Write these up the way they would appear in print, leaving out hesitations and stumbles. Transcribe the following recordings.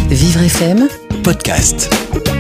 Vivre FM Podcast.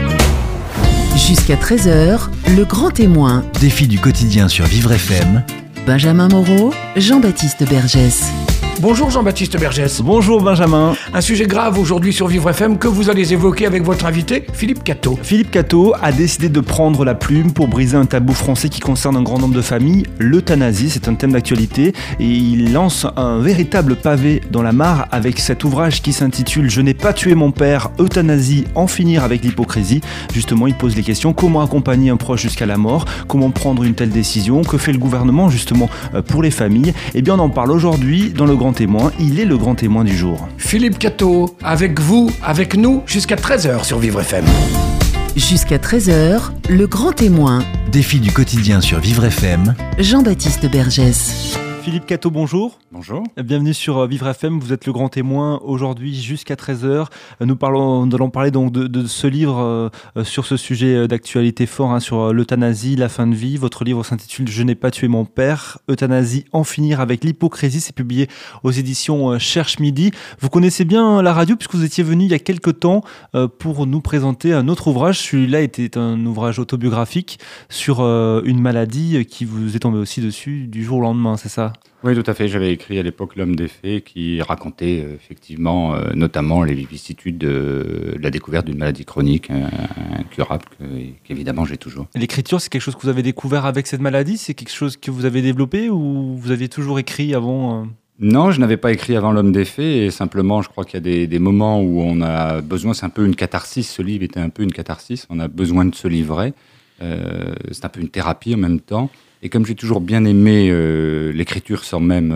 Jusqu'à 13h, le grand témoin. Défi du quotidien sur Vivre FM. Benjamin Moreau, Jean-Baptiste Bergès. Bonjour Jean-Baptiste Bergès. Bonjour Benjamin. Un sujet grave aujourd'hui sur Vivre FM que vous allez évoquer avec votre invité, Philippe Catteau. Philippe Catteau a décidé de prendre la plume pour briser un tabou français qui concerne un grand nombre de familles, l'euthanasie. C'est un thème d'actualité et il lance un véritable pavé dans la mare avec cet ouvrage qui s'intitule « Je n'ai pas tué mon père, euthanasie, en finir avec l'hypocrisie ». Justement, il pose les questions: comment accompagner un proche jusqu'à la mort? Comment prendre une telle décision? Que fait le gouvernement justement pour les familles? Eh bien, on en parle aujourd'hui dans le grand témoin. Il est le grand témoin du jour. Philippe Catteau, avec vous, avec nous, jusqu'à 13h sur Vivre FM. Jusqu'à 13h, le grand témoin. Défi du quotidien sur Vivre FM. Jean-Baptiste Bergès. Philippe Catteau, bonjour. Bonjour. Bienvenue sur Vivre FM, vous êtes le grand témoin aujourd'hui jusqu'à 13h. Nous allons parler donc de ce livre sur ce sujet d'actualité fort, sur l'euthanasie, la fin de vie. Votre livre s'intitule « Je n'ai pas tué mon père, euthanasie, en finir avec l'hypocrisie ». C'est publié aux éditions Cherche Midi. Vous connaissez bien la radio puisque vous étiez venu il y a quelques temps pour nous présenter un autre ouvrage. Celui-là était un ouvrage autobiographique sur une maladie qui vous est tombée aussi dessus du jour au lendemain, c'est ça ? Oui, tout à fait. J'avais écrit à l'époque L'homme des faits qui racontait effectivement notamment les vicissitudes de la découverte d'une maladie chronique incurable qu'évidemment j'ai toujours. L'écriture, c'est quelque chose que vous avez découvert avec cette maladie? C'est quelque chose que vous avez développé ou vous aviez toujours écrit avant Non, je n'avais pas écrit avant L'homme des faits et simplement je crois qu'il y a des moments où on a besoin, c'est un peu une catharsis, ce livre était un peu une catharsis, on a besoin de se livrer, c'est un peu une thérapie en même temps. Et comme j'ai toujours bien aimé l'écriture sans même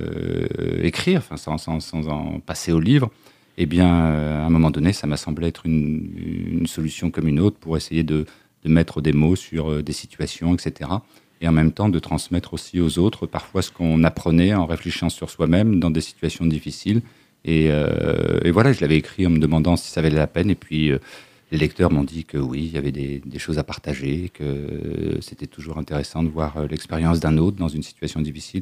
écrire, sans en passer au livre, eh bien, à un moment donné, ça m'a semblé être une solution comme une autre pour essayer de mettre des mots sur des situations, etc. Et en même temps, de transmettre aussi aux autres parfois ce qu'on apprenait en réfléchissant sur soi-même dans des situations difficiles. Et voilà, je l'avais écrit en me demandant si ça valait la peine. Et puis, les lecteurs m'ont dit que oui, il y avait des choses à partager, que c'était toujours intéressant de voir l'expérience d'un autre dans une situation difficile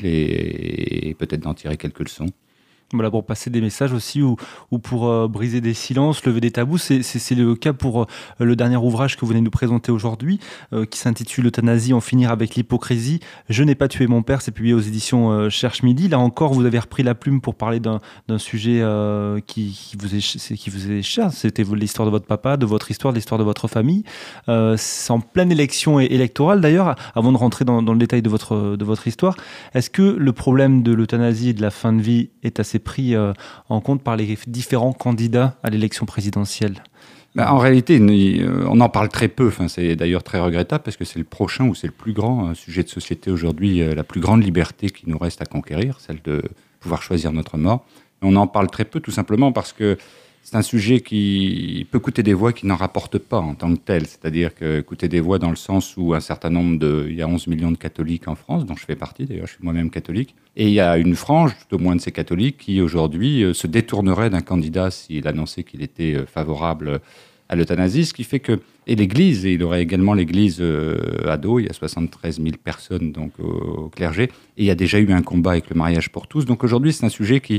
et peut-être d'en tirer quelques leçons. Voilà, pour passer des messages aussi ou pour briser des silences, lever des tabous. C'est le cas pour le dernier ouvrage que vous venez de nous présenter aujourd'hui, qui s'intitule « Euthanasie, en finir avec l'hypocrisie. Je n'ai pas tué mon père ». C'est publié aux éditions Cherche Midi. Là encore, vous avez repris la plume pour parler d'un sujet qui vous est cher. C'était l'histoire de votre papa, de votre histoire, de l'histoire de votre famille. C'est en pleine élection électorale d'ailleurs. Avant de rentrer dans le détail de votre histoire, est-ce que le problème de l'euthanasie et de la fin de vie est assez pris en compte par les différents candidats à l'élection présidentielle? En réalité, on en parle très peu. C'est d'ailleurs très regrettable parce que c'est le prochain ou c'est le plus grand sujet de société aujourd'hui, la plus grande liberté qui nous reste à conquérir, celle de pouvoir choisir notre mort. Et on en parle très peu tout simplement parce que c'est un sujet qui peut coûter des voix qui n'en rapportent pas en tant que tel. C'est-à-dire que coûter des voix dans le sens où un certain nombre il y a 11 millions de catholiques en France, dont je fais partie, d'ailleurs je suis moi-même catholique, et il y a une frange, tout au moins de ces catholiques, qui aujourd'hui se détournerait d'un candidat s'il annonçait qu'il était favorable à l'euthanasie, ce qui fait que, et l'Église, et il y aurait également l'Église à dos, il y a 73 000 personnes donc, au clergé, et il y a déjà eu un combat avec le mariage pour tous. Donc aujourd'hui c'est un sujet qui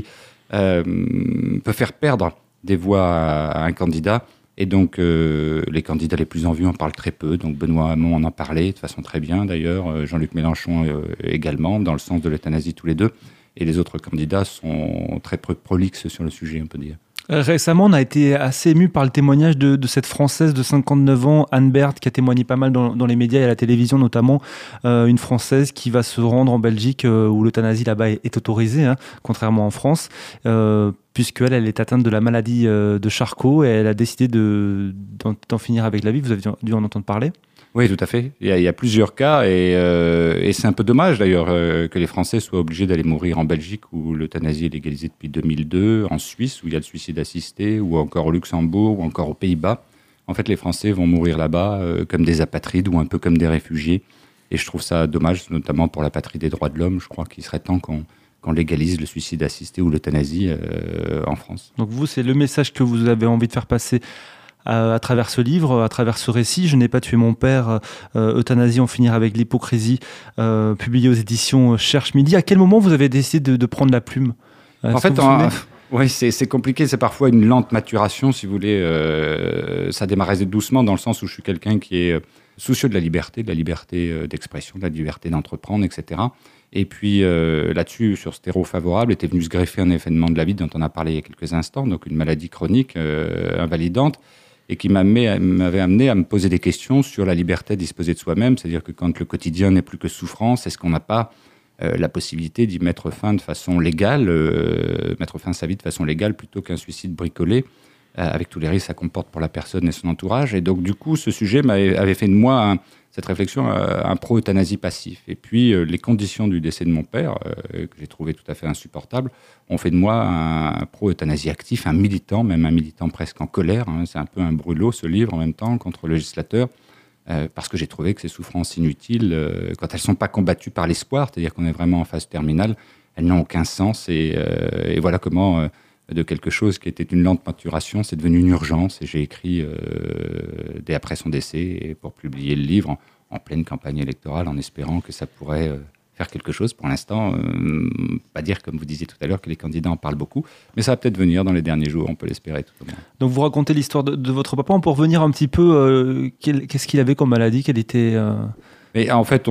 peut faire perdre des voix à un candidat, et donc les candidats les plus en vue en parlent très peu. Donc Benoît Hamon en parlait de façon très bien d'ailleurs, Jean-Luc Mélenchon également, dans le sens de l'euthanasie tous les deux, et les autres candidats sont très prolixes sur le sujet, on peut dire. Récemment, on a été assez ému par le témoignage de cette Française de 59 ans, Anne Berthe, qui a témoigné pas mal dans les médias et à la télévision notamment. Une Française qui va se rendre en Belgique où l'euthanasie là-bas est autorisée, contrairement en France, puisqu'elle est atteinte de la maladie de Charcot et elle a décidé d'en finir avec la vie. Vous avez dû en entendre parler ? Oui, tout à fait. Il y a plusieurs cas et c'est un peu dommage d'ailleurs que les Français soient obligés d'aller mourir en Belgique où l'euthanasie est légalisée depuis 2002, en Suisse où il y a le suicide assisté, ou encore au Luxembourg, ou encore aux Pays-Bas. En fait, les Français vont mourir là-bas comme des apatrides ou un peu comme des réfugiés. Et je trouve ça dommage, notamment pour la patrie des droits de l'homme. Je crois qu'il serait temps qu'on légalise le suicide assisté ou l'euthanasie en France. Donc vous, c'est le message que vous avez envie de faire passer à travers ce livre, à travers ce récit. Je n'ai pas tué mon père, euthanasie, en finir avec l'hypocrisie, publié aux éditions Cherche Midi. À quel moment vous avez décidé de prendre la plume? En fait, Oui, c'est compliqué, c'est parfois une lente maturation, si vous voulez. Ça démarrait doucement dans le sens où je suis quelqu'un qui est soucieux de la liberté d'expression, de la liberté d'entreprendre, etc. Et puis là-dessus, sur ce terreau favorable, était venu se greffer un événement de la vie dont on a parlé il y a quelques instants, donc une maladie chronique invalidante, et qui m'avait amené à me poser des questions sur la liberté de disposer de soi-même, c'est-à-dire que quand le quotidien n'est plus que souffrance, est-ce qu'on n'a pas la possibilité d'y mettre fin de façon légale, mettre fin à sa vie de façon légale plutôt qu'un suicide bricolé, avec tous les risques que ça comporte pour la personne et son entourage. Et donc, du coup, ce sujet avait fait de moi, cette réflexion, un pro-euthanasie passif. Et puis, les conditions du décès de mon père, que j'ai trouvé tout à fait insupportables, ont fait de moi un pro-euthanasie actif, un militant, même un militant presque en colère. C'est un peu un brûlot, ce livre, en même temps, contre le législateur, parce que j'ai trouvé que ces souffrances inutiles, quand elles ne sont pas combattues par l'espoir, c'est-à-dire qu'on est vraiment en phase terminale, elles n'ont aucun sens. Et voilà comment... de quelque chose qui était une lente maturation, c'est devenu une urgence. Et j'ai écrit dès après son décès et pour publier le livre en pleine campagne électorale, en espérant que ça pourrait faire quelque chose. Pour l'instant, pas dire, comme vous disiez tout à l'heure, que les candidats en parlent beaucoup, mais ça va peut-être venir dans les derniers jours, on peut l'espérer tout au moins. Donc vous racontez l'histoire de votre papa. On peut revenir un petit peu, qu'est-ce qu'il avait comme maladie, quelle était... Mais en fait,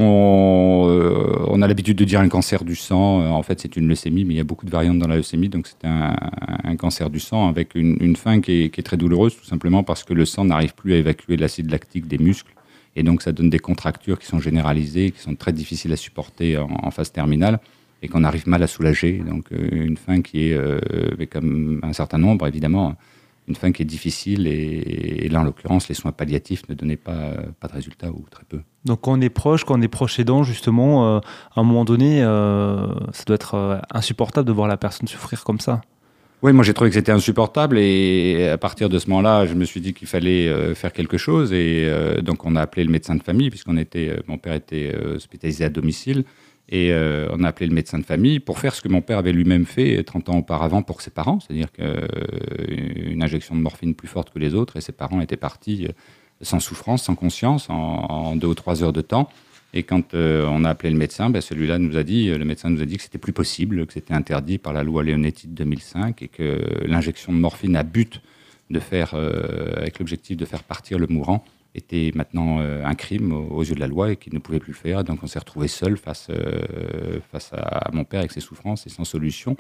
on a l'habitude de dire un cancer du sang. En fait, c'est une leucémie, mais il y a beaucoup de variantes dans la leucémie. Donc, c'est un cancer du sang avec une fin qui est très douloureuse, tout simplement parce que le sang n'arrive plus à évacuer l'acide lactique des muscles. Et donc, ça donne des contractures qui sont généralisées, qui sont très difficiles à supporter en phase terminale et qu'on arrive mal à soulager. Donc, une fin qui est, avec un certain nombre, évidemment, une fin qui est difficile et là, en l'occurrence, les soins palliatifs ne donnaient pas de résultat ou très peu. Donc quand on est proche aidant, justement, à un moment donné, ça doit être insupportable de voir la personne souffrir comme ça. Oui, moi j'ai trouvé que c'était insupportable et à partir de ce moment-là, je me suis dit qu'il fallait faire quelque chose et donc on a appelé le médecin de famille puisqu'on était, mon père était hospitalisé à domicile. Et on a appelé le médecin de famille pour faire ce que mon père avait lui-même fait 30 ans auparavant pour ses parents, c'est-à-dire qu'une injection de morphine plus forte que les autres, et ses parents étaient partis sans souffrance, sans conscience, en 2 ou 3 heures de temps. Et quand on a appelé le médecin, le médecin nous a dit que c'était plus possible, que c'était interdit par la loi Leonetti de 2005, et que l'injection de morphine à but de faire, avec l'objectif de faire partir le mourant, était maintenant un crime aux yeux de la loi et qu'il ne pouvait plus le faire. Donc on s'est retrouvé seul face à mon père avec ses souffrances et sans solution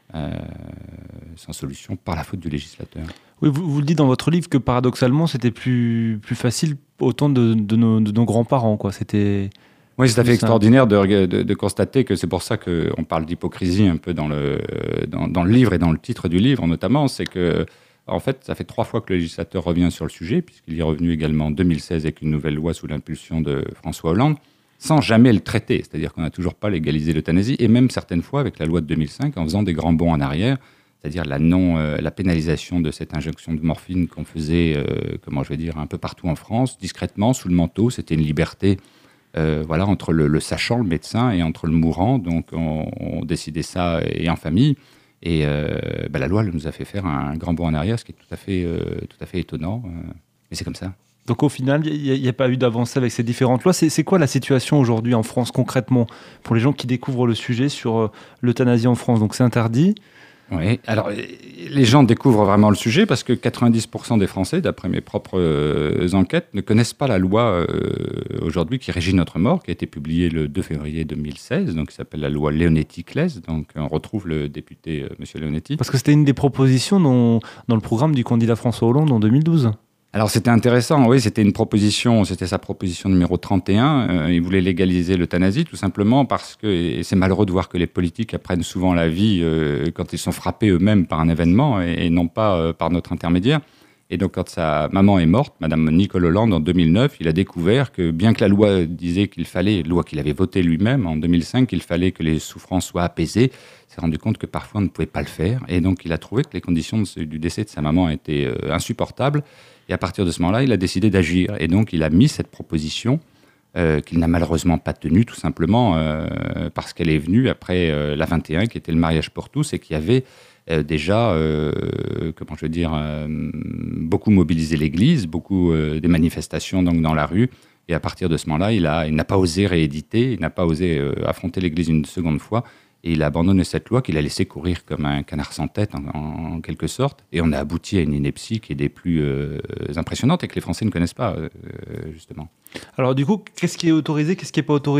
par la faute du législateur. Oui, vous le dites dans votre livre que paradoxalement c'était plus facile au temps de nos grands-parents, quoi. C'était... Oui, c'est tout à fait extraordinaire de constater que c'est pour ça qu'on parle d'hypocrisie un peu dans le livre et dans le titre du livre notamment, c'est que en fait, ça fait 3 fois que le législateur revient sur le sujet, puisqu'il y est revenu également en 2016 avec une nouvelle loi sous l'impulsion de François Hollande, sans jamais le traiter. C'est-à-dire qu'on n'a toujours pas légalisé l'euthanasie, et même certaines fois avec la loi de 2005, en faisant des grands bonds en arrière, c'est-à-dire la pénalisation de cette injection de morphine qu'on faisait, un peu partout en France, discrètement, sous le manteau. C'était une liberté, entre le sachant, le médecin, et entre le mourant. Donc on décidait ça et en famille. Et la loi nous a fait faire un grand bond en arrière, ce qui est tout à fait étonnant. Mais c'est comme ça. Donc au final, il n'y a pas eu d'avancée avec ces différentes lois. C'est quoi la situation aujourd'hui en France concrètement pour les gens qui découvrent le sujet sur l'euthanasie en France? Donc c'est interdit. Oui, alors les gens découvrent vraiment le sujet parce que 90% des Français, d'après mes propres enquêtes, ne connaissent pas la loi aujourd'hui qui régit notre mort, qui a été publiée le 2 février 2016, donc qui s'appelle la loi Leonetti-Claes. Donc on retrouve le député M. Leonetti. Parce que c'était une des propositions dans le programme du candidat François Hollande en 2012. Alors c'était intéressant, oui, c'était sa proposition numéro 31. Il voulait légaliser l'euthanasie tout simplement parce que, et c'est malheureux de voir que les politiques apprennent souvent la vie quand ils sont frappés eux-mêmes par un événement et non pas par notre intermédiaire. Et donc quand sa maman est morte, Madame Nicole Hollande, en 2009, il a découvert que bien que la loi disait loi qu'il avait votée lui-même en 2005, qu'il fallait que les souffrances soient apaisées, il s'est rendu compte que parfois on ne pouvait pas le faire. Et donc il a trouvé que les conditions du décès de sa maman étaient insupportables. Et à partir de ce moment-là, il a décidé d'agir. Et donc, il a mis cette proposition qu'il n'a malheureusement pas tenue, tout simplement parce qu'elle est venue après la 21, qui était le mariage pour tous, et qui avait déjà, beaucoup mobilisé l'Église, beaucoup des manifestations donc, dans la rue. Et à partir de ce moment-là, il n'a pas osé rééditer, il n'a pas osé affronter l'Église une seconde fois. Et il a abandonné cette loi qu'il a laissé courir comme un canard sans tête, en quelque sorte. Et on a abouti à une ineptie qui est des plus impressionnantes et que les Français ne connaissent pas, justement. Alors du coup, qu'est-ce qui est autorisé, qu'est-ce qui n'est pas autorisé ?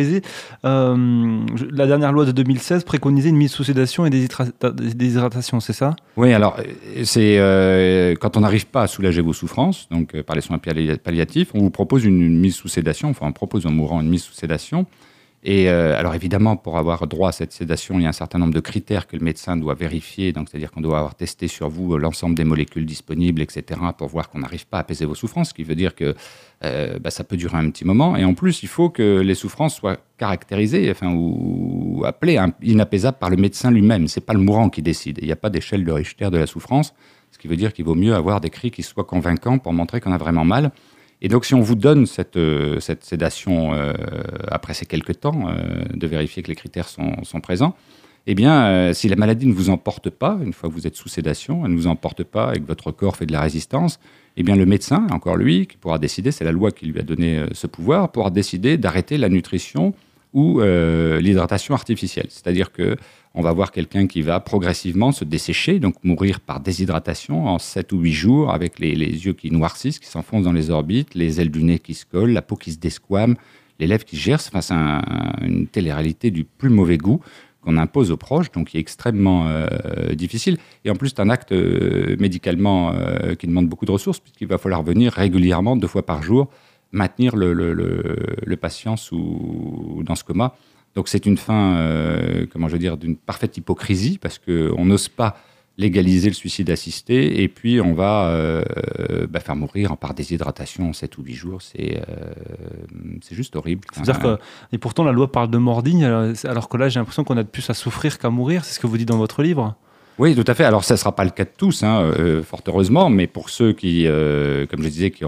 La dernière loi de 2016 préconisait une mise sous sédation et déshydratation, c'est ça ? Oui, alors, c'est quand on n'arrive pas à soulager vos souffrances, donc par les soins palliatifs, on vous propose une mise sous sédation, enfin on propose aux mourants une mise sous sédation. Et alors évidemment, pour avoir droit à cette sédation, il y a un certain nombre de critères que le médecin doit vérifier. Donc, c'est-à-dire qu'on doit avoir testé sur vous l'ensemble des molécules disponibles, etc., pour voir qu'on n'arrive pas à apaiser vos souffrances, ce qui veut dire que ça peut durer un petit moment. Et en plus, il faut que les souffrances soient caractérisées, ou appelées inapaisables par le médecin lui-même. C'est pas le mourant qui décide. Il n'y a pas d'échelle de Richter de la souffrance, ce qui veut dire qu'il vaut mieux avoir des cris qui soient convaincants pour montrer qu'on a vraiment mal. Et donc, si on vous donne cette sédation après ces quelques temps, de vérifier que les critères sont présents, eh bien, si la maladie ne vous emporte pas, une fois que vous êtes sous sédation, elle ne vous emporte pas et que votre corps fait de la résistance, eh bien, le médecin, encore lui, qui pourra décider, c'est la loi qui lui a donné ce pouvoir, pourra décider d'arrêter la nutrition ou l'hydratation artificielle. C'est-à-dire que on va voir quelqu'un qui va progressivement se dessécher, donc mourir par déshydratation en 7 ou 8 jours, avec les yeux qui noircissent, qui s'enfoncent dans les orbites, les ailes du nez qui se collent, la peau qui se desquame, les lèvres qui se gercent. Enfin, c'est une télé-réalité du plus mauvais goût qu'on impose aux proches, donc qui est extrêmement difficile. Et en plus, c'est un acte médicalement qui demande beaucoup de ressources, puisqu'il va falloir venir régulièrement, 2 fois par jour, maintenir le patient dans ce coma. Donc c'est une fin, d'une parfaite hypocrisie, parce qu'on n'ose pas légaliser le suicide assisté, et puis on va faire mourir par déshydratation en 7 ou 8 jours. C'est juste horrible. Et pourtant, la loi parle de mort digne, alors que là, j'ai l'impression qu'on a de plus à souffrir qu'à mourir. C'est ce que vous dites dans votre livre. Oui, tout à fait. Alors, ça ne sera pas le cas de tous, fort heureusement, mais pour ceux qui, comme je disais, qui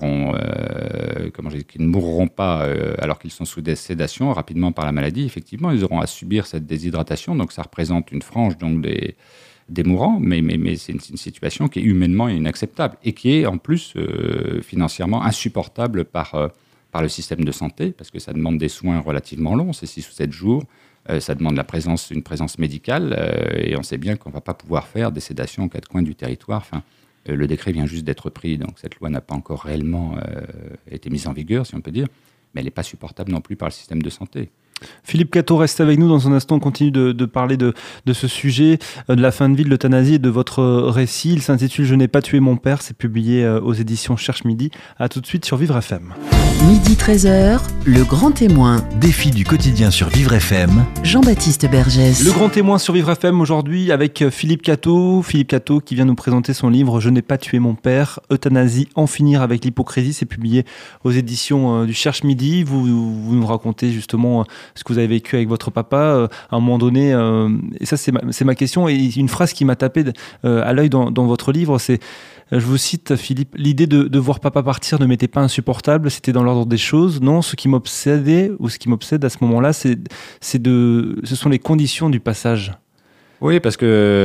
ne mourront pas alors qu'ils sont sous sédation rapidement par la maladie, effectivement, ils auront à subir cette déshydratation. Donc, ça représente une frange des mourants, mais c'est une situation qui est humainement inacceptable et qui est, en plus, financièrement insupportable par le système de santé, parce que ça demande des soins relativement longs, c'est 6 ou 7 jours. Ça demande une présence médicale, et on sait bien qu'on ne va pas pouvoir faire des sédations aux 4 coins du territoire. Enfin, le décret vient juste d'être pris, donc cette loi n'a pas encore réellement été mise en vigueur, si on peut dire, mais elle n'est pas supportable non plus par le système de santé. Philippe Catteau reste avec nous. Dans un instant, on continue de parler de ce sujet, de la fin de vie, de l'euthanasie et de votre récit. Il s'intitule « Je n'ai pas tué mon père ». C'est publié aux éditions Cherche Midi. À tout de suite sur Vivre FM. Midi 13h, le grand témoin. Défi du quotidien sur Vivre FM. Jean-Baptiste Bergès. Le grand témoin sur Vivre FM aujourd'hui avec Philippe Catteau. Philippe Catteau qui vient nous présenter son livre « Je n'ai pas tué mon père. Euthanasie, en finir avec l'hypocrisie ». C'est publié aux éditions du Cherche Midi. Vous nous racontez justement ce que vous avez vécu avec votre papa à un moment donné. Et ça, c'est ma question. Et une phrase qui m'a tapé à l'œil dans votre livre, c'est, je vous cite Philippe, « L'idée de voir papa partir ne m'était pas insupportable, c'était dans l'ordre des choses. Non, ce qui m'obsédait, ou ce qui m'obsède à ce moment-là, ce sont les conditions du passage. » Oui, parce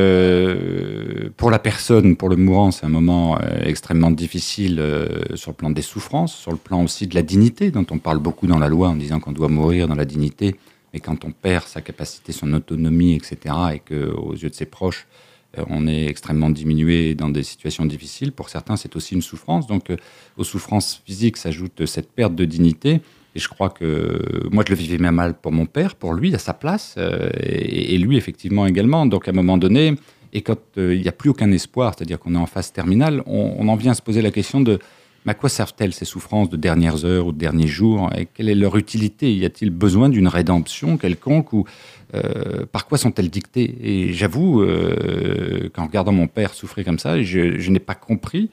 que pour la personne, pour le mourant, c'est un moment extrêmement difficile sur le plan des souffrances, sur le plan aussi de la dignité, dont on parle beaucoup dans la loi en disant qu'on doit mourir dans la dignité, mais quand on perd sa capacité, son autonomie, etc., et qu'aux yeux de ses proches, on est extrêmement diminué dans des situations difficiles, pour certains, c'est aussi une souffrance. Donc, aux souffrances physiques s'ajoute cette perte de dignité. Et je crois que moi, je le vivais même mal pour mon père, pour lui, à sa place, et lui, effectivement, également. Donc, à un moment donné, et quand il n'y a plus aucun espoir, c'est-à-dire qu'on est en phase terminale, on en vient à se poser la question de à quoi servent-elles ces souffrances de dernières heures ou de derniers jours, et quelle est leur utilité? Y a-t-il besoin d'une rédemption quelconque, ou par quoi sont-elles dictées? Et j'avoue qu'en regardant mon père souffrir comme ça, je n'ai pas compris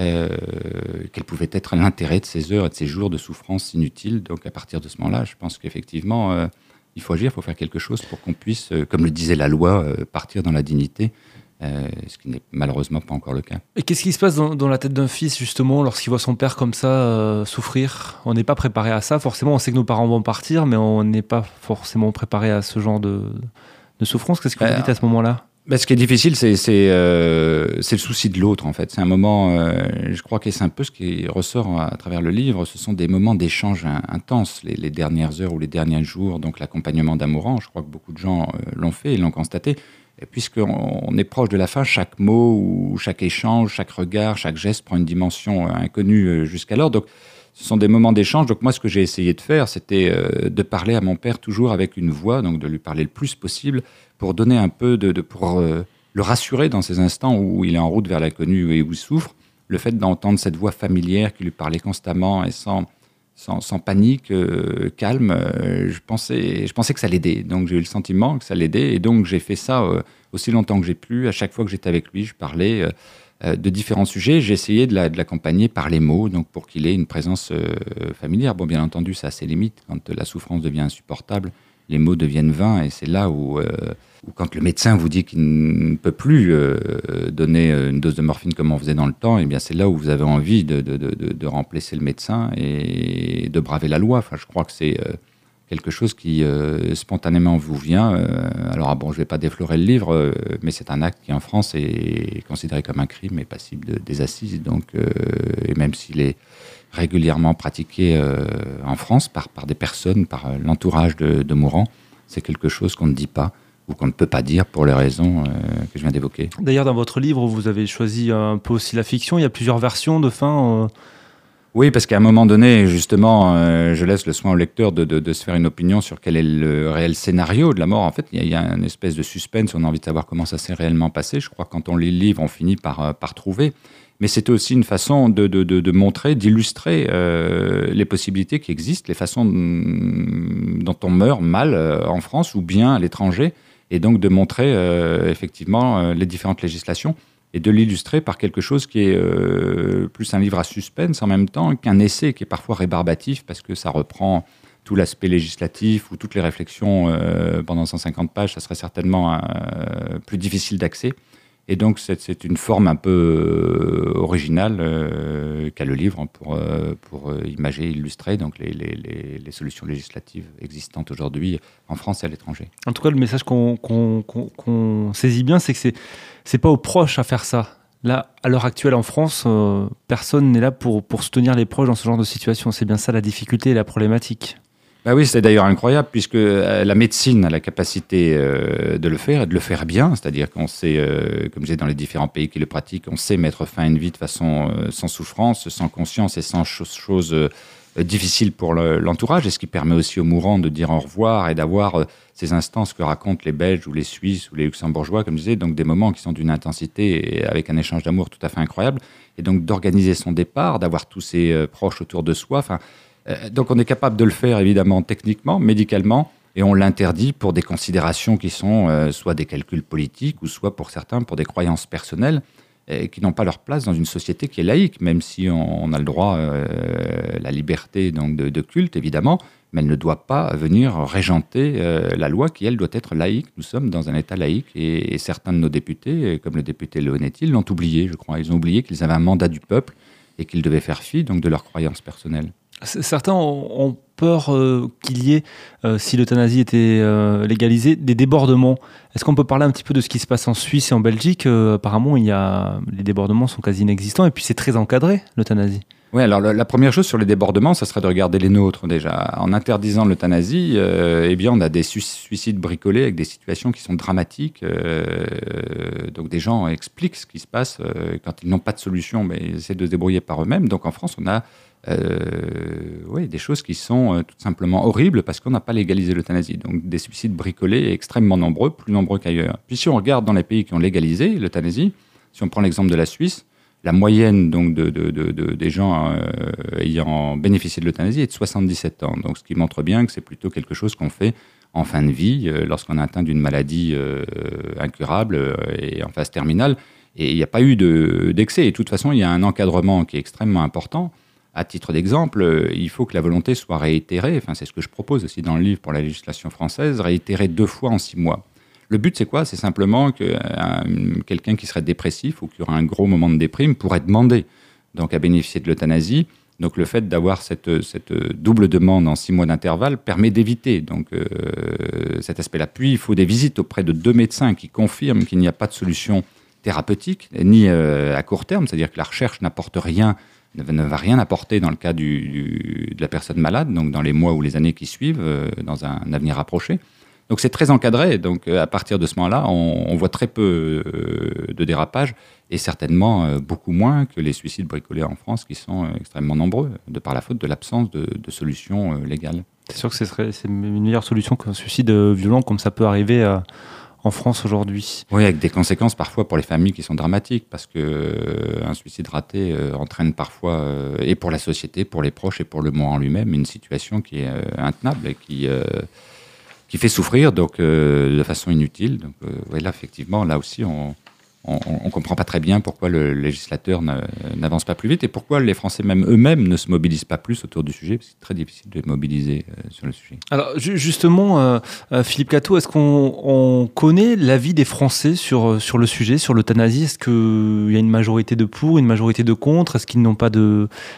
quel pouvait être l'intérêt de ces heures et de ces jours de souffrance inutiles. Donc à partir de ce moment-là, je pense qu'effectivement, il faut agir, il faut faire quelque chose pour qu'on puisse, comme le disait la loi, partir dans la dignité, ce qui n'est malheureusement pas encore le cas. Et qu'est-ce qui se passe dans la tête d'un fils, justement, lorsqu'il voit son père comme ça souffrir? On n'est pas préparé à ça, forcément, on sait que nos parents vont partir, mais on n'est pas forcément préparé à ce genre de souffrance. Qu'est-ce que vous dites à ce moment-là? Ce qui est difficile, c'est le souci de l'autre, en fait. C'est un moment, je crois que c'est un peu ce qui ressort à travers le livre, ce sont des moments d'échange intenses, les dernières heures ou les derniers jours, donc l'accompagnement d'un mourant. Je crois que beaucoup de gens l'ont fait et l'ont constaté. Et puisqu'on est proche de la fin, chaque mot ou chaque échange, chaque regard, chaque geste prend une dimension inconnue jusqu'alors. Donc, ce sont des moments d'échange. Donc moi, ce que j'ai essayé de faire, c'était de parler à mon père toujours avec une voix, donc de lui parler le plus possible, pour donner un peu pour le rassurer dans ces instants où il est en route vers l'inconnu et où il souffre. Le fait d'entendre cette voix familière qui lui parlait constamment et sans panique, calme, je pensais que ça l'aidait. Donc j'ai eu le sentiment que ça l'aidait, et donc j'ai fait ça aussi longtemps que j'ai pu. À chaque fois que j'étais avec lui, je parlais de différents sujets. J'ai essayé de l'accompagner par les mots, donc pour qu'il ait une présence familière. Bon, bien entendu, ça a ses limites. Quand la souffrance devient insupportable, les mots deviennent vains, et c'est là où quand le médecin vous dit qu'il ne peut plus donner une dose de morphine comme on faisait dans le temps, et bien c'est là où vous avez envie de remplacer le médecin et de braver la loi. Enfin, je crois que c'est quelque chose qui spontanément vous vient. Alors bon, je ne vais pas déflorer le livre, mais c'est un acte qui en France est considéré comme un crime et passible des assises. Donc, et même s'il est régulièrement pratiqué en France par des personnes, par l'entourage de mourants, c'est quelque chose qu'on ne dit pas ou qu'on ne peut pas dire pour les raisons que je viens d'évoquer. D'ailleurs, dans votre livre, vous avez choisi un peu aussi la fiction. Il y a plusieurs versions de fin. Oui, parce qu'à un moment donné, justement, je laisse le soin au lecteur de se faire une opinion sur quel est le réel scénario de la mort. En fait, il y a une espèce de suspense, on a envie de savoir comment ça s'est réellement passé. Je crois que quand on lit le livre, on finit par trouver. Mais c'était aussi une façon de montrer, d'illustrer les possibilités qui existent, les façons dont on meurt mal en France ou bien à l'étranger, et donc de montrer effectivement les différentes législations et de l'illustrer par quelque chose qui est plus un livre à suspense en même temps qu'un essai qui est parfois rébarbatif parce que ça reprend tout l'aspect législatif ou toutes les réflexions pendant 150 pages, ça serait certainement plus difficile d'accès. Et donc, c'est une forme un peu originale qu'a le livre pour imager, illustrer donc les solutions législatives existantes aujourd'hui en France et à l'étranger. En tout cas, le message qu'on saisit bien, c'est que c'est pas aux proches à faire ça. Là, à l'heure actuelle en France, personne n'est là pour soutenir les proches dans ce genre de situation. C'est bien ça la difficulté et la problématique. Bah oui, c'est d'ailleurs incroyable puisque la médecine a la capacité de le faire et de le faire bien. C'est-à-dire qu'on sait, comme je disais, dans les différents pays qui le pratiquent, on sait mettre fin à une vie de façon sans souffrance, sans conscience et sans choses difficiles pour l'entourage. Et ce qui permet aussi aux mourants de dire au revoir et d'avoir ces instances que racontent les Belges ou les Suisses ou les Luxembourgeois, comme je disais, donc des moments qui sont d'une intensité et avec un échange d'amour tout à fait incroyable. Et donc d'organiser son départ, d'avoir tous ses proches autour de soi. Enfin, donc on est capable de le faire évidemment techniquement, médicalement, et on l'interdit pour des considérations qui sont soit des calculs politiques ou soit pour certains pour des croyances personnelles qui n'ont pas leur place dans une société qui est laïque, même si on a le droit, la liberté donc de culte évidemment, mais elle ne doit pas venir régenter la loi qui elle doit être laïque. Nous sommes dans un État laïque et certains de nos députés, comme le député Leonetti, l'ont oublié, je crois. Ils ont oublié qu'ils avaient un mandat du peuple et qu'ils devaient faire fi donc de leurs croyances personnelles. Certains ont peur qu'il y ait, si l'euthanasie était légalisée, des débordements. Est-ce qu'on peut parler un petit peu de ce qui se passe en Suisse et en Belgique ? Apparemment, les débordements sont quasi inexistants et puis c'est très encadré, l'euthanasie. Oui, alors la première chose sur les débordements, ça serait de regarder les nôtres déjà. En interdisant l'euthanasie, eh bien, on a des suicides bricolés avec des situations qui sont dramatiques. Donc des gens expliquent ce qui se passe quand ils n'ont pas de solution, mais ils essaient de se débrouiller par eux-mêmes. Donc en France, on a des choses qui sont tout simplement horribles parce qu'on n'a pas légalisé l'euthanasie. Donc des suicides bricolés extrêmement nombreux, plus nombreux qu'ailleurs. Puis si on regarde dans les pays qui ont légalisé l'euthanasie, si on prend l'exemple de la Suisse, la moyenne donc, des gens ayant bénéficié de l'euthanasie est de 77 ans. Donc ce qui montre bien que c'est plutôt quelque chose qu'on fait en fin de vie, lorsqu'on est atteint d'une maladie incurable et en phase terminale. Et il n'y a pas eu d'excès. Et de toute façon, il y a un encadrement qui est extrêmement important. À titre d'exemple, il faut que la volonté soit réitérée, enfin, c'est ce que je propose aussi dans le livre pour la législation française, réitérée 2 fois en 6 mois. Le but, c'est quoi ? C'est simplement que quelqu'un qui serait dépressif ou qui aurait un gros moment de déprime pourrait demander donc, à bénéficier de l'euthanasie Donc le fait d'avoir cette double demande en 6 mois d'intervalle permet d'éviter cet aspect-là. Puis il faut des visites auprès de 2 médecins qui confirment qu'il n'y a pas de solution thérapeutique, ni à court terme, c'est-à-dire que la recherche n'apporte rien, ne va rien apporter dans le cas de la personne malade, donc dans les mois ou les années qui suivent, dans un avenir rapproché. Donc c'est très encadré, donc à partir de ce moment-là, on voit très peu de dérapages, et certainement beaucoup moins que les suicides bricolés en France, qui sont extrêmement nombreux, de par la faute de l'absence de solutions légales. C'est sûr que c'est une meilleure solution qu'un suicide violent, comme ça peut arriver en France aujourd'hui. Oui, avec des conséquences parfois pour les familles qui sont dramatiques, parce qu'un suicide raté entraîne parfois, et pour la société, pour les proches et pour le mort en lui-même, une situation qui est intenable et qui fait souffrir de façon inutile. Donc là, effectivement, là aussi, on ne comprend pas très bien pourquoi le législateur n'avance pas plus vite et pourquoi les Français même eux-mêmes ne se mobilisent pas plus autour du sujet, parce que c'est très difficile de les mobiliser sur le sujet. Alors justement, Philippe Catteau, est-ce qu'on connaît l'avis des Français sur le sujet, sur l'euthanasie ? Est-ce qu'il y a une majorité de pour, une majorité de contre ? Est-ce qu'ils n'ont pas d'avis ?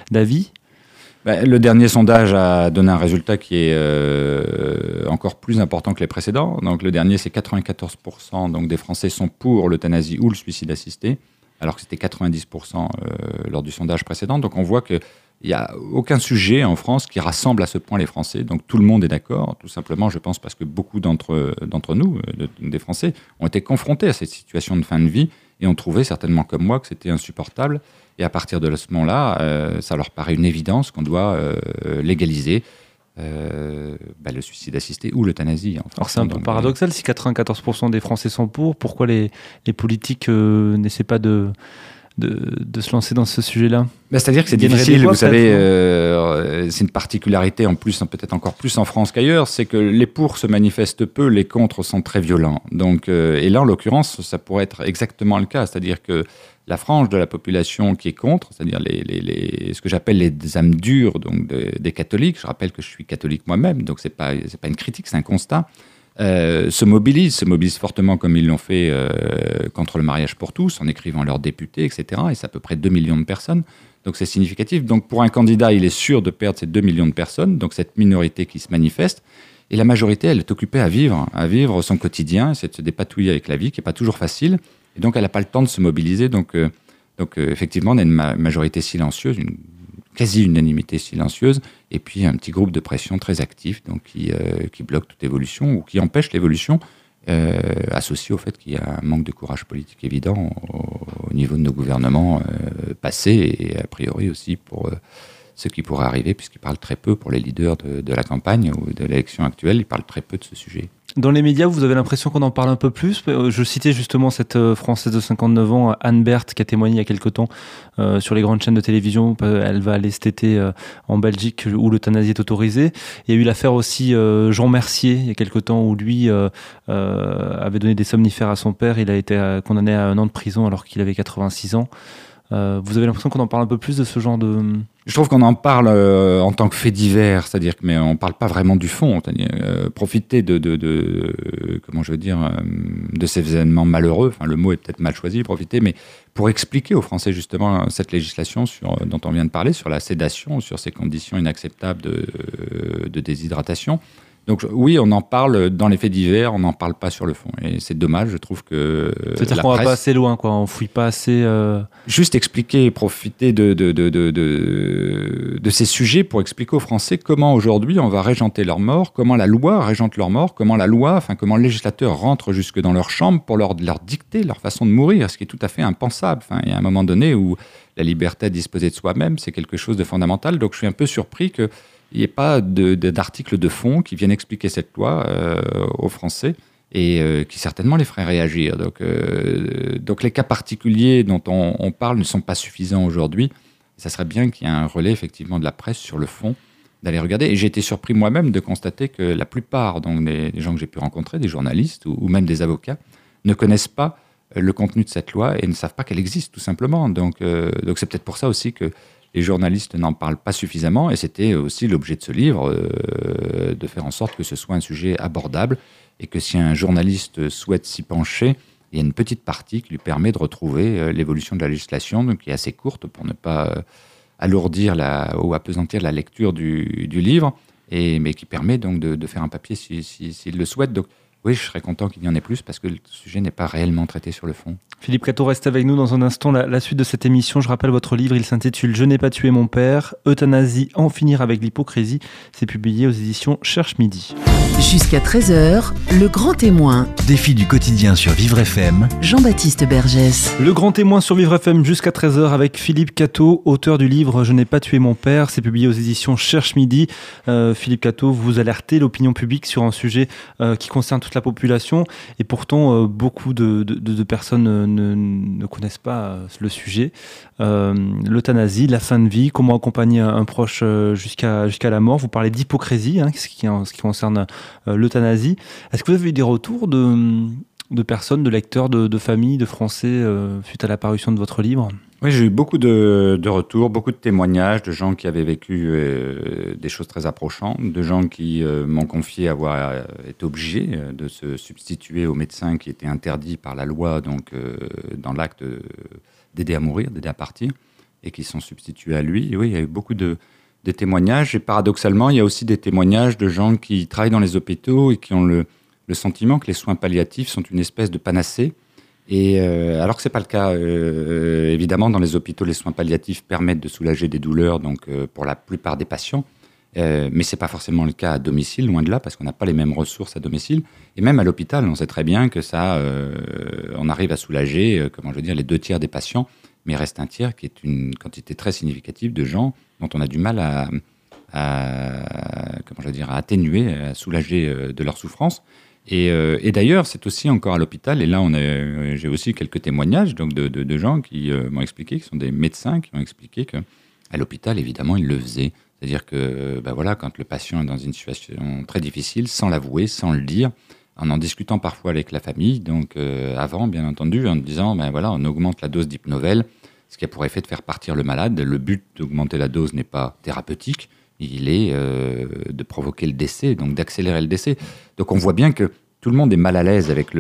Le dernier sondage a donné un résultat qui est encore plus important que les précédents. Donc, le dernier, c'est 94% donc, des Français sont pour l'euthanasie ou le suicide assisté, alors que c'était 90% lors du sondage précédent. Donc, on voit qu'il n'y a aucun sujet en France qui rassemble à ce point les Français. Donc, tout le monde est d'accord, tout simplement, je pense, parce que beaucoup d'entre nous, des Français, ont été confrontés à cette situation de fin de vie et ont trouvé, certainement comme moi, que c'était insupportable. Et à partir de ce moment-là, ça leur paraît une évidence qu'on doit légaliser le suicide assisté ou l'euthanasie. Alors c'est un peu paradoxal, si 94% des Français sont pour, pourquoi les politiques n'essaient pas de se lancer dans ce sujet-là ? C'est-à-dire que c'est difficile, vous savez, c'est une particularité en plus, peut-être encore plus en France qu'ailleurs, c'est que les pour se manifestent peu, les contre sont très violents. Donc, et là, en l'occurrence, ça pourrait être exactement le cas, c'est-à-dire que la frange de la population qui est contre, c'est-à-dire ce que j'appelle les âmes dures donc des catholiques, je rappelle que je suis catholique moi-même, donc c'est pas une critique, c'est un constat, se mobilisent fortement comme ils l'ont fait contre le mariage pour tous, en écrivant leurs députés, etc. Et c'est à peu près 2 millions de personnes, donc c'est significatif. Donc pour un candidat, il est sûr de perdre ces 2 millions de personnes, donc cette minorité qui se manifeste, et la majorité, elle est occupée à vivre son quotidien, c'est de se dépatouiller avec la vie, qui n'est pas toujours facile. Et donc, elle n'a pas le temps de se mobiliser. Donc effectivement, on a une majorité silencieuse, une quasi-unanimité silencieuse, et puis un petit groupe de pression très actif donc qui bloque toute évolution ou qui empêche l'évolution, associé au fait qu'il y a un manque de courage politique évident au niveau de nos gouvernements passés et a priori aussi pour ce qui pourrait arriver, puisqu'ils parlent très peu pour les leaders de la campagne ou de l'élection actuelle, ils parlent très peu de ce sujet. Dans les médias, vous avez l'impression qu'on en parle un peu plus. Je citais justement cette Française de 59 ans, Anne Berthe, qui a témoigné il y a quelque temps sur les grandes chaînes de télévision. Elle va aller cet été en Belgique où l'euthanasie est autorisée. Il y a eu l'affaire aussi Jean Mercier, il y a quelque temps, où lui avait donné des somnifères à son père. Il a été condamné à 1 an de prison alors qu'il avait 86 ans. Vous avez l'impression qu'on en parle un peu plus de ce genre de... Je trouve qu'on en parle en tant que fait divers, c'est-à-dire mais on ne parle pas vraiment du fond. Profiter de ces événements malheureux, enfin le mot est peut-être mal choisi, profiter, mais pour expliquer aux Français justement cette législation dont on vient de parler, sur la sédation, sur ces conditions inacceptables de déshydratation. Donc oui, on en parle dans les faits divers, on n'en parle pas sur le fond. Et c'est dommage, je trouve que c'est-à-dire qu'on va pas assez loin, quoi. On fouille pas assez... Juste expliquer et profiter de ces sujets pour expliquer aux Français comment aujourd'hui on va régenter leur mort, comment la loi régente leur mort, comment le législateur rentre jusque dans leur chambre pour leur dicter leur façon de mourir, ce qui est tout à fait impensable. Il y a un moment donné où la liberté à disposer de soi-même, c'est quelque chose de fondamental. Donc je suis un peu surpris qu'il n'y ait pas d'articles de fond qui viennent expliquer cette loi aux Français et qui certainement les ferait réagir. Donc les cas particuliers dont on parle ne sont pas suffisants aujourd'hui. Ça serait bien qu'il y ait un relais effectivement de la presse sur le fond, d'aller regarder. Et j'ai été surpris moi-même de constater que la plupart donc, des gens que j'ai pu rencontrer, des journalistes ou même des avocats, ne connaissent pas le contenu de cette loi et ne savent pas qu'elle existe tout simplement. Donc c'est peut-être pour ça aussi que les journalistes n'en parlent pas suffisamment, et c'était aussi l'objet de ce livre, de faire en sorte que ce soit un sujet abordable, et que si un journaliste souhaite s'y pencher, il y a une petite partie qui lui permet de retrouver l'évolution de la législation, donc qui est assez courte pour ne pas alourdir ou appesantir la lecture du livre, mais qui permet donc de faire un papier s'il le souhaite. Donc oui, je serais content qu'il y en ait plus parce que le sujet n'est pas réellement traité sur le fond. Philippe Catteau reste avec nous dans un instant. La suite de cette émission, je rappelle votre livre, il s'intitule « Je n'ai pas tué mon père, euthanasie, en finir avec l'hypocrisie ». C'est publié aux éditions Cherche Midi. Jusqu'à 13h, le grand témoin. Défi du quotidien sur Vivre FM. Jean-Baptiste Bergès. Le grand témoin sur Vivre FM jusqu'à 13h avec Philippe Catteau, auteur du livre « Je n'ai pas tué mon père ». C'est publié aux éditions Cherche Midi. Philippe Catteau, vous alertez l'opinion publique sur un sujet qui concerne toute la population et pourtant beaucoup de personnes ne connaissent pas le sujet. L'euthanasie, la fin de vie, comment accompagner un proche jusqu'à la mort. Vous parlez d'hypocrisie, ce qui concerne l'euthanasie. Est-ce que vous avez eu des retours de personnes, de lecteurs, de familles, de Français suite à la parution de votre livre ? Oui, j'ai eu beaucoup de retours, beaucoup de témoignages de gens qui avaient vécu des choses très approchantes, de gens qui m'ont confié avoir été obligés de se substituer au médecin qui était interdit par la loi, donc dans l'acte d'aider à mourir, d'aider à partir, et qui sont substitués à lui. Et oui, il y a eu beaucoup de témoignages, et paradoxalement, il y a aussi des témoignages de gens qui travaillent dans les hôpitaux et qui ont le sentiment que les soins palliatifs sont une espèce de panacée. Et alors que c'est pas le cas, évidemment, dans les hôpitaux, les soins palliatifs permettent de soulager des douleurs, donc pour la plupart des patients, mais c'est pas forcément le cas à domicile, loin de là, parce qu'on n'a pas les mêmes ressources à domicile. Et même à l'hôpital, on sait très bien que on arrive à soulager, les 2 tiers des patients, mais il reste un tiers qui est une quantité très significative de gens dont on a du mal à atténuer, à soulager de leur souffrance. Et d'ailleurs, c'est aussi encore à l'hôpital, et là j'ai aussi quelques témoignages donc de gens qui m'ont expliqué, qui sont des médecins, qui m'ont expliqué qu'à l'hôpital, évidemment, ils le faisaient. C'est-à-dire que quand le patient est dans une situation très difficile, sans l'avouer, sans le dire, en discutant parfois avec la famille, donc avant, bien entendu, en disant, on augmente la dose d'Hypnovel, ce qui a pour effet de faire partir le malade. Le but d'augmenter la dose n'est pas thérapeutique, il est de provoquer le décès, donc d'accélérer le décès. Donc on voit bien que tout le monde est mal à l'aise avec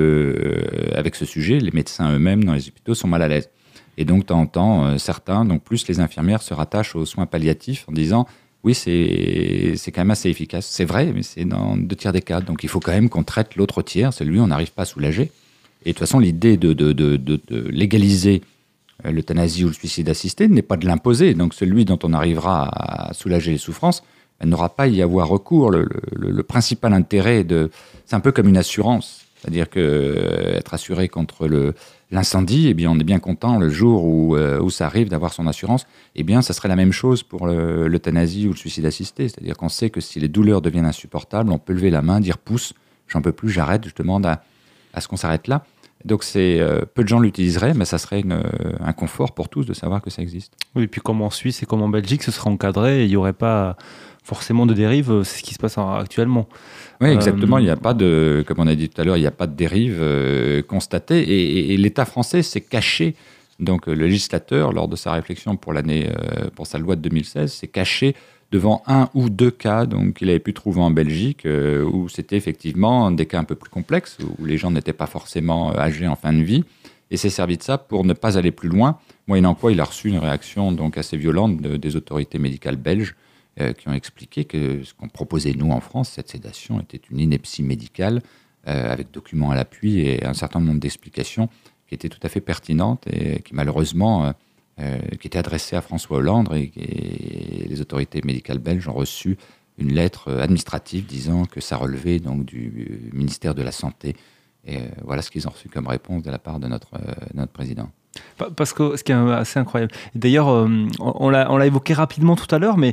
ce sujet. Les médecins eux-mêmes dans les hôpitaux sont mal à l'aise. Et donc, de temps en temps, certains, donc plus les infirmières, se rattachent aux soins palliatifs en disant « Oui, c'est quand même assez efficace. » C'est vrai, mais c'est dans 2 tiers des cas. Donc il faut quand même qu'on traite l'autre tiers, celui on n'arrive pas à soulager. Et de toute façon, l'idée de légaliser l'euthanasie ou le suicide assisté n'est pas de l'imposer. Donc celui dont on arrivera à soulager les souffrances, n'aura pas à y avoir recours. Le principal intérêt c'est un peu comme une assurance. C'est-à-dire qu'être assuré contre l'incendie, eh bien, on est bien content le jour où ça arrive d'avoir son assurance. Eh bien, ça serait la même chose pour l'euthanasie ou le suicide assisté. C'est-à-dire qu'on sait que si les douleurs deviennent insupportables, on peut lever la main, dire « pousse, j'en peux plus, j'arrête, je demande à ce qu'on s'arrête là ». Donc, peu de gens l'utiliseraient, mais ça serait un confort pour tous de savoir que ça existe. Oui, et puis comme en Suisse et comme en Belgique, ce sera encadré et il n'y aurait pas forcément de dérive. C'est ce qui se passe actuellement. Oui, exactement. Il n'y a pas comme on a dit tout à l'heure, il n'y a pas de dérive constatée. Et l'État français s'est caché. Donc, le législateur, lors de sa réflexion pour sa loi de 2016, s'est caché devant 1 ou 2 cas qu'il avait pu trouver en Belgique, où c'était effectivement des cas un peu plus complexes, où les gens n'étaient pas forcément âgés en fin de vie, et s'est servi de ça pour ne pas aller plus loin, moyennant quoi il a reçu une réaction donc assez violente des autorités médicales belges, qui ont expliqué que ce qu'on proposait nous en France, cette sédation, était une ineptie médicale, avec documents à l'appui et un certain nombre d'explications qui étaient tout à fait pertinentes et qui malheureusement... qui était adressé à François Hollande et les autorités médicales belges ont reçu une lettre administrative disant que ça relevait donc du ministère de la Santé. Et voilà ce qu'ils ont reçu comme réponse de la part de notre président. Parce que ce qui est assez incroyable. D'ailleurs, on l'a évoqué rapidement tout à l'heure, mais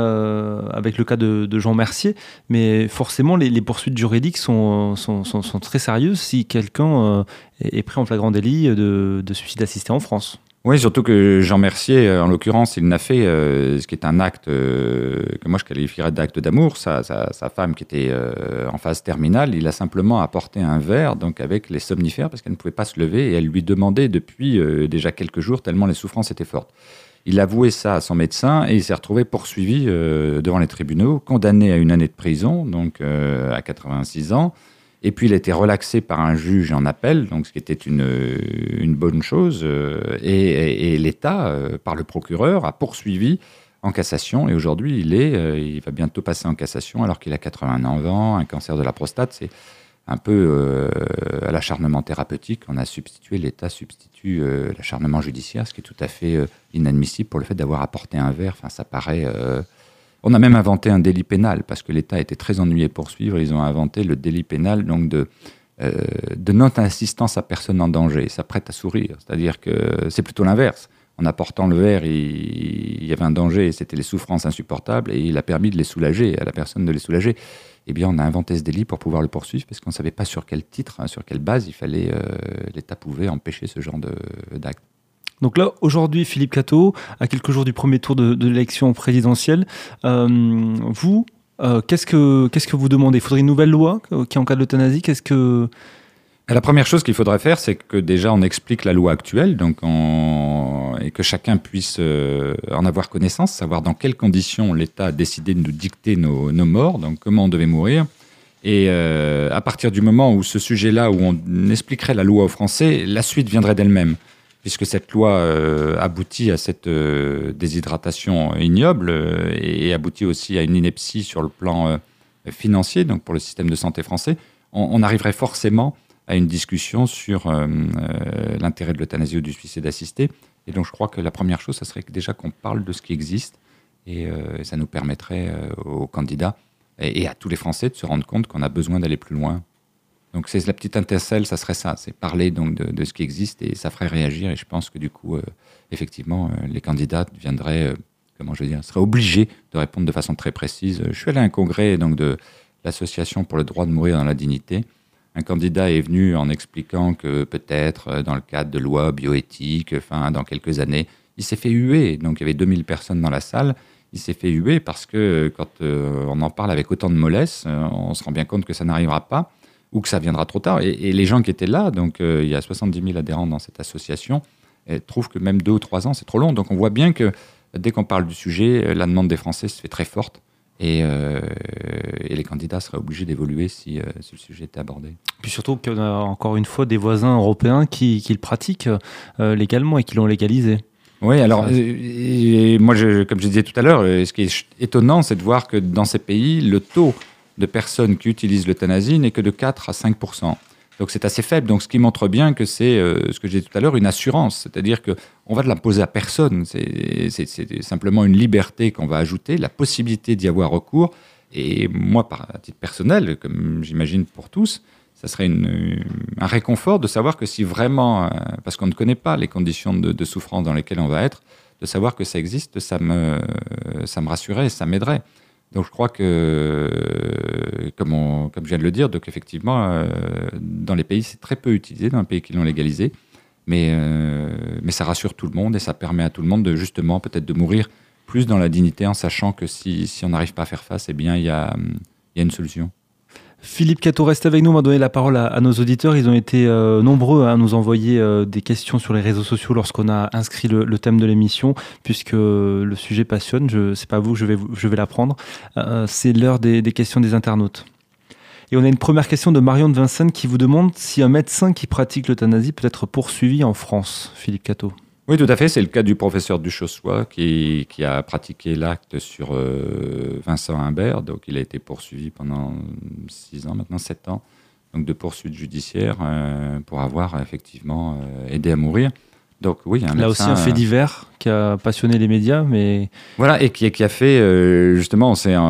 avec le cas de Jean Mercier, mais forcément les poursuites juridiques sont très sérieuses si quelqu'un est pris en flagrant délit de suicide assisté en France. Oui, surtout que Jean Mercier, en l'occurrence, il n'a fait ce qui est un acte que moi je qualifierais d'acte d'amour. Sa femme qui était en phase terminale, il a simplement apporté un verre donc avec les somnifères parce qu'elle ne pouvait pas se lever et elle lui demandait depuis déjà quelques jours tellement les souffrances étaient fortes. Il a avoué ça à son médecin et il s'est retrouvé poursuivi devant les tribunaux, condamné à 1 année de prison, donc à 86 ans. Et puis, il a été relaxé par un juge en appel, donc ce qui était une bonne chose. Et l'État, par le procureur, a poursuivi en cassation. Et aujourd'hui, il va bientôt passer en cassation alors qu'il a 89 ans, un cancer de la prostate. C'est un peu à l'acharnement thérapeutique. L'État substitue l'acharnement judiciaire, ce qui est tout à fait inadmissible pour le fait d'avoir apporté un verre. Enfin, ça paraît... On a même inventé un délit pénal, parce que l'État était très ennuyé pour suivre. Ils ont inventé le délit pénal donc de non-assistance à personne en danger. Ça prête à sourire. C'est-à-dire que c'est plutôt l'inverse. En apportant le verre, il y avait un danger, c'était les souffrances insupportables, et il a permis de les soulager, à la personne de les soulager. Eh bien, on a inventé ce délit pour pouvoir le poursuivre, parce qu'on ne savait pas sur quel titre, sur quelle base l'État pouvait empêcher ce genre d'acte. Donc là, aujourd'hui, Philippe Catteau, à quelques jours du premier tour de l'élection présidentielle, qu'est-ce que vous demandez ? Il faudrait une nouvelle loi qui encadre l'euthanasie ? La première chose qu'il faudrait faire, c'est que déjà on explique la loi actuelle, et que chacun puisse en avoir connaissance, savoir dans quelles conditions l'État a décidé de nous dicter nos morts, donc comment on devait mourir. Et à partir du moment où ce sujet-là, où on expliquerait la loi aux Français, la suite viendrait d'elle-même, puisque cette loi aboutit à cette déshydratation ignoble et aboutit aussi à une ineptie sur le plan financier, donc pour le système de santé français. On arriverait forcément à une discussion sur l'intérêt de l'euthanasie ou du suicide assisté. Et donc je crois que la première chose, ça serait déjà qu'on parle de ce qui existe, et ça nous permettrait aux candidats et à tous les Français de se rendre compte qu'on a besoin d'aller plus loin. Donc c'est la petite intercelle, ça serait ça, c'est parler donc de ce qui existe, et ça ferait réagir. Et je pense que du coup, effectivement, les candidats seraient obligés de répondre de façon très précise. Je suis allé à un congrès donc de l'Association pour le droit de mourir dans la dignité. Un candidat est venu en expliquant que peut-être dans le cadre de lois bioéthiques, dans quelques années, il s'est fait huer. Donc il y avait 2000 personnes dans la salle. Il s'est fait huer parce que quand on en parle avec autant de mollesse, on se rend bien compte que ça n'arrivera pas ou que ça viendra trop tard. Et les gens qui étaient là, donc il y a 70 000 adhérents dans cette association, trouvent que même 2 ou 3 ans, c'est trop long. Donc on voit bien que dès qu'on parle du sujet, la demande des Français se fait très forte. Et les candidats seraient obligés d'évoluer si le sujet était abordé. Puis surtout qu'on a encore une fois des voisins européens qui le pratiquent légalement et qui l'ont légalisé. Oui, alors moi, comme je disais tout à l'heure, ce qui est étonnant, c'est de voir que dans ces pays, le taux de personnes qui utilisent l'euthanasie n'est que de 4 à 5%. Donc c'est assez faible. Donc ce qui montre bien que c'est, ce que je disais tout à l'heure, une assurance. C'est-à-dire qu'on va de l'imposer à personne. C'est simplement une liberté qu'on va ajouter, la possibilité d'y avoir recours. Et moi, à titre personnel, comme j'imagine pour tous, ça serait un réconfort de savoir que si vraiment, parce qu'on ne connaît pas les conditions de souffrance dans lesquelles on va être, de savoir que ça existe, ça me rassurait et ça m'aiderait. Donc je crois que, comme je viens de le dire, donc effectivement, dans les pays, c'est très peu utilisé, dans les pays qui l'ont légalisé, mais ça rassure tout le monde et ça permet à tout le monde de justement peut-être de mourir plus dans la dignité en sachant que si on n'arrive pas à faire face, eh bien il y a une solution. Philippe Catteau, reste avec nous, on va donner la parole à nos auditeurs. Ils ont été nombreux à nous envoyer des questions sur les réseaux sociaux lorsqu'on a inscrit le thème de l'émission, puisque le sujet passionne. C'est pas vous que je vais l'apprendre. C'est l'heure des questions des internautes. Et on a une première question de Marion de Vincennes qui vous demande si un médecin qui pratique l'euthanasie peut être poursuivi en France. Philippe Catteau. Oui, tout à fait. C'est le cas du professeur Duchossois qui a pratiqué l'acte sur Vincent Humbert. Donc, il a été poursuivi pendant 6 ans, maintenant 7 ans, donc de poursuites judiciaires pour avoir effectivement aidé à mourir. Donc, oui, un médecin, là aussi, un fait divers qui a passionné les médias, mais... Voilà, et qui a fait, justement,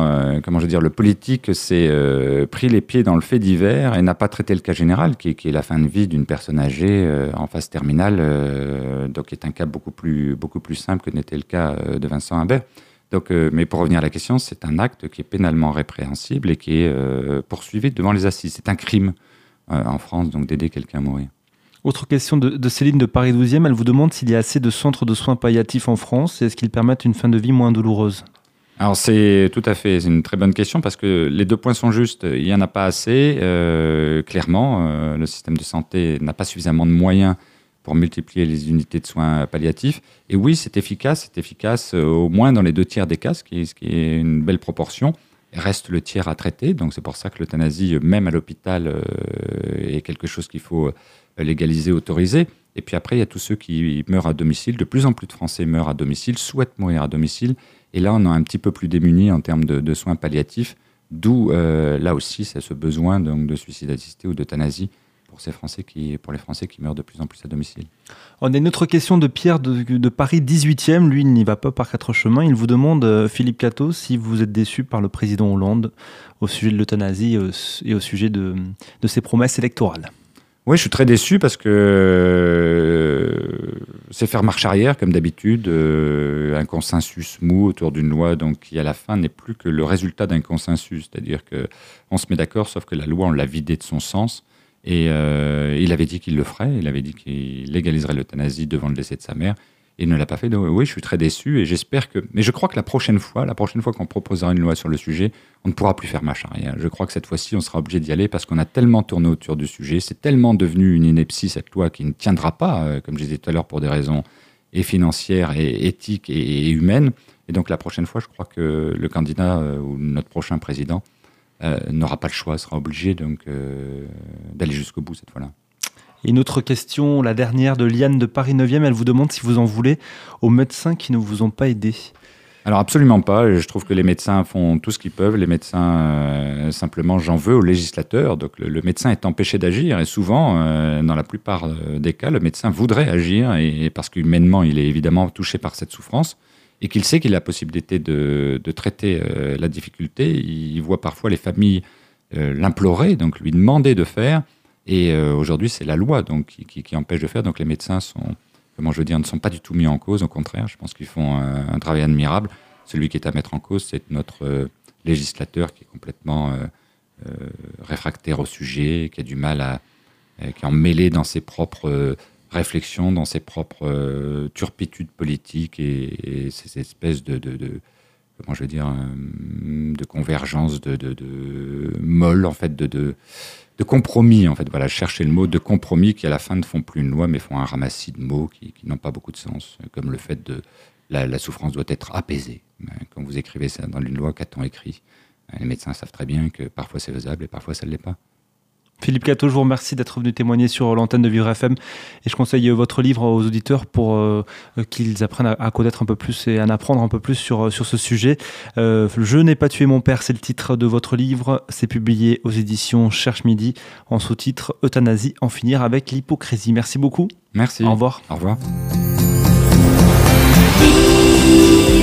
le politique s'est pris les pieds dans le fait divers et n'a pas traité le cas général, qui est la fin de vie d'une personne âgée en phase terminale, donc qui est un cas beaucoup plus simple que n'était le cas de Vincent Humbert. Donc, mais pour revenir à la question, c'est un acte qui est pénalement répréhensible et qui est poursuivi devant les assises. C'est un crime en France, donc d'aider quelqu'un à mourir. Autre question de Céline de Paris 12e. Elle vous demande s'il y a assez de centres de soins palliatifs en France et est-ce qu'ils permettent une fin de vie moins douloureuse ? Alors c'est une très bonne question parce que les 2 points sont justes. Il n'y en a pas assez. Clairement, le système de santé n'a pas suffisamment de moyens pour multiplier les unités de soins palliatifs. Et oui, c'est efficace au moins dans les 2 tiers des cas, ce qui est une belle proportion. reste le tiers à traiter. Donc c'est pour ça que l'euthanasie, même à l'hôpital, est quelque chose qu'il faut légaliser, autoriser. Et puis après, il y a tous ceux qui meurent à domicile. De plus en plus de Français meurent à domicile, souhaitent mourir à domicile. Et là, on est un petit peu plus démunis en termes de soins palliatifs, d'où là aussi c'est ce besoin donc, de suicide assisté ou d'euthanasie pour les Français qui meurent de plus en plus à domicile. On a une autre question de Pierre de Paris 18e. Lui, il n'y va pas par quatre chemins. Il vous demande, Philippe Catteau, si vous êtes déçu par le président Hollande au sujet de l'euthanasie et au sujet de ses promesses électorales. Oui, je suis très déçu parce que c'est faire marche arrière, comme d'habitude, un consensus mou autour d'une loi donc, qui, à la fin, n'est plus que le résultat d'un consensus. C'est-à-dire qu'on se met d'accord, sauf que la loi, on l'a vidée de son sens. Et il avait dit qu'il le ferait, il avait dit qu'il légaliserait l'euthanasie devant le décès de sa mère. Et il ne l'a pas fait. Donc, oui, je suis très déçu et j'espère que... Mais je crois que la prochaine fois qu'on proposera une loi sur le sujet, on ne pourra plus faire marche arrière. Je crois que cette fois-ci, on sera obligé d'y aller parce qu'on a tellement tourné autour du sujet. C'est tellement devenu une ineptie, cette loi, qui ne tiendra pas, comme je disais tout à l'heure, pour des raisons et financières, et éthiques et humaines. Et donc, la prochaine fois, je crois que le candidat ou notre prochain président n'aura pas le choix, sera obligé donc, d'aller jusqu'au bout cette fois-là. Et une autre question, la dernière de Liane de Paris 9e, elle vous demande si vous en voulez aux médecins qui ne vous ont pas aidé. Alors absolument pas, je trouve que les médecins font tout ce qu'ils peuvent, les médecins, simplement j'en veux aux législateurs, donc le médecin est empêché d'agir et souvent, dans la plupart des cas, le médecin voudrait agir et parce qu'humainement il est évidemment touché par cette souffrance et qu'il sait qu'il a la possibilité de traiter la difficulté, il voit parfois les familles l'implorer, donc lui demander de faire. Et aujourd'hui, c'est la loi donc, qui empêche de faire. Donc les médecins ne sont pas du tout mis en cause. Au contraire, je pense qu'ils font un travail admirable. Celui qui est à mettre en cause, c'est notre législateur qui est complètement réfractaire au sujet, qui a du mal qui est emmêlé dans ses propres réflexions, dans ses propres turpitudes politiques et ces espèces de convergence, de molle, en fait, de compromis, en fait, voilà, chercher le mot de compromis qui à la fin ne font plus une loi mais font un ramassis de mots qui n'ont pas beaucoup de sens, comme le fait de la souffrance doit être apaisée. Quand vous écrivez ça dans une loi, qu'a-t-on écrit ? Les médecins savent très bien que parfois c'est faisable et parfois ça ne l'est pas. Philippe Catteau, je vous remercie d'être venu témoigner sur l'antenne de Vivre FM et je conseille votre livre aux auditeurs pour qu'ils apprennent à connaître un peu plus et à en apprendre un peu plus sur ce sujet. Je n'ai pas tué mon père, c'est le titre de votre livre. C'est publié aux éditions Cherche Midi en sous-titre Euthanasie, en finir avec l'hypocrisie. Merci beaucoup. Merci. Au revoir. Au revoir.